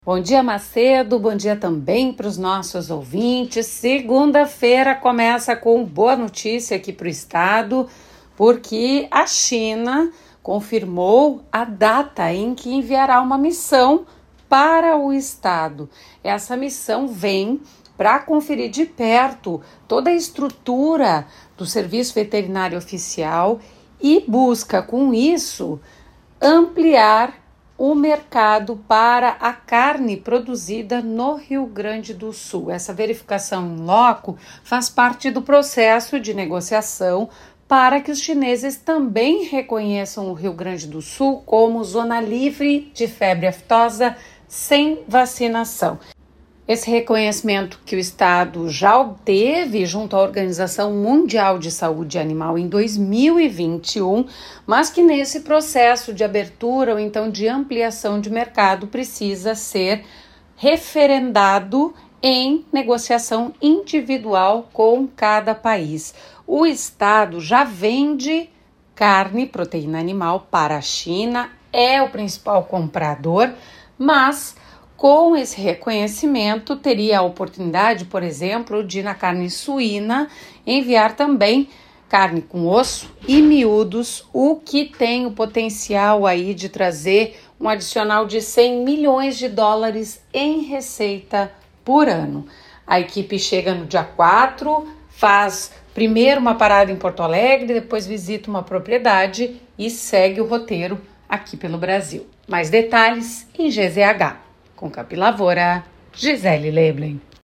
Bom dia, Macedo. Bom dia também para os nossos ouvintes. Segunda-feira começa com boa notícia aqui para o estado, porque a China confirmou a data em que enviará uma missão para o estado. Essa missão vem para conferir de perto toda a estrutura do Serviço Veterinário Oficial e busca, com isso, ampliar o mercado para a carne produzida no Rio Grande do Sul. Essa verificação em loco faz parte do processo de negociação para que os chineses também reconheçam o Rio Grande do Sul como zona livre de febre aftosa sem vacinação. Esse reconhecimento que o Estado já obteve junto à Organização Mundial de Saúde Animal em 2021, mas que nesse processo de abertura ou então de ampliação de mercado precisa ser referendado em negociação individual com cada país. O Estado já vende carne, proteína animal para a China, é o principal comprador, mas com esse reconhecimento, teria a oportunidade, por exemplo, de na carne suína enviar também carne com osso e miúdos, o que tem o potencial aí de trazer um adicional de 100 milhões de dólares em receita por ano. A equipe chega no dia 4, faz primeiro uma parada em Porto Alegre, depois visita uma propriedade e segue o roteiro aqui pelo Brasil. Mais detalhes em GZH. Com Capilavoura, Gisele Leblen.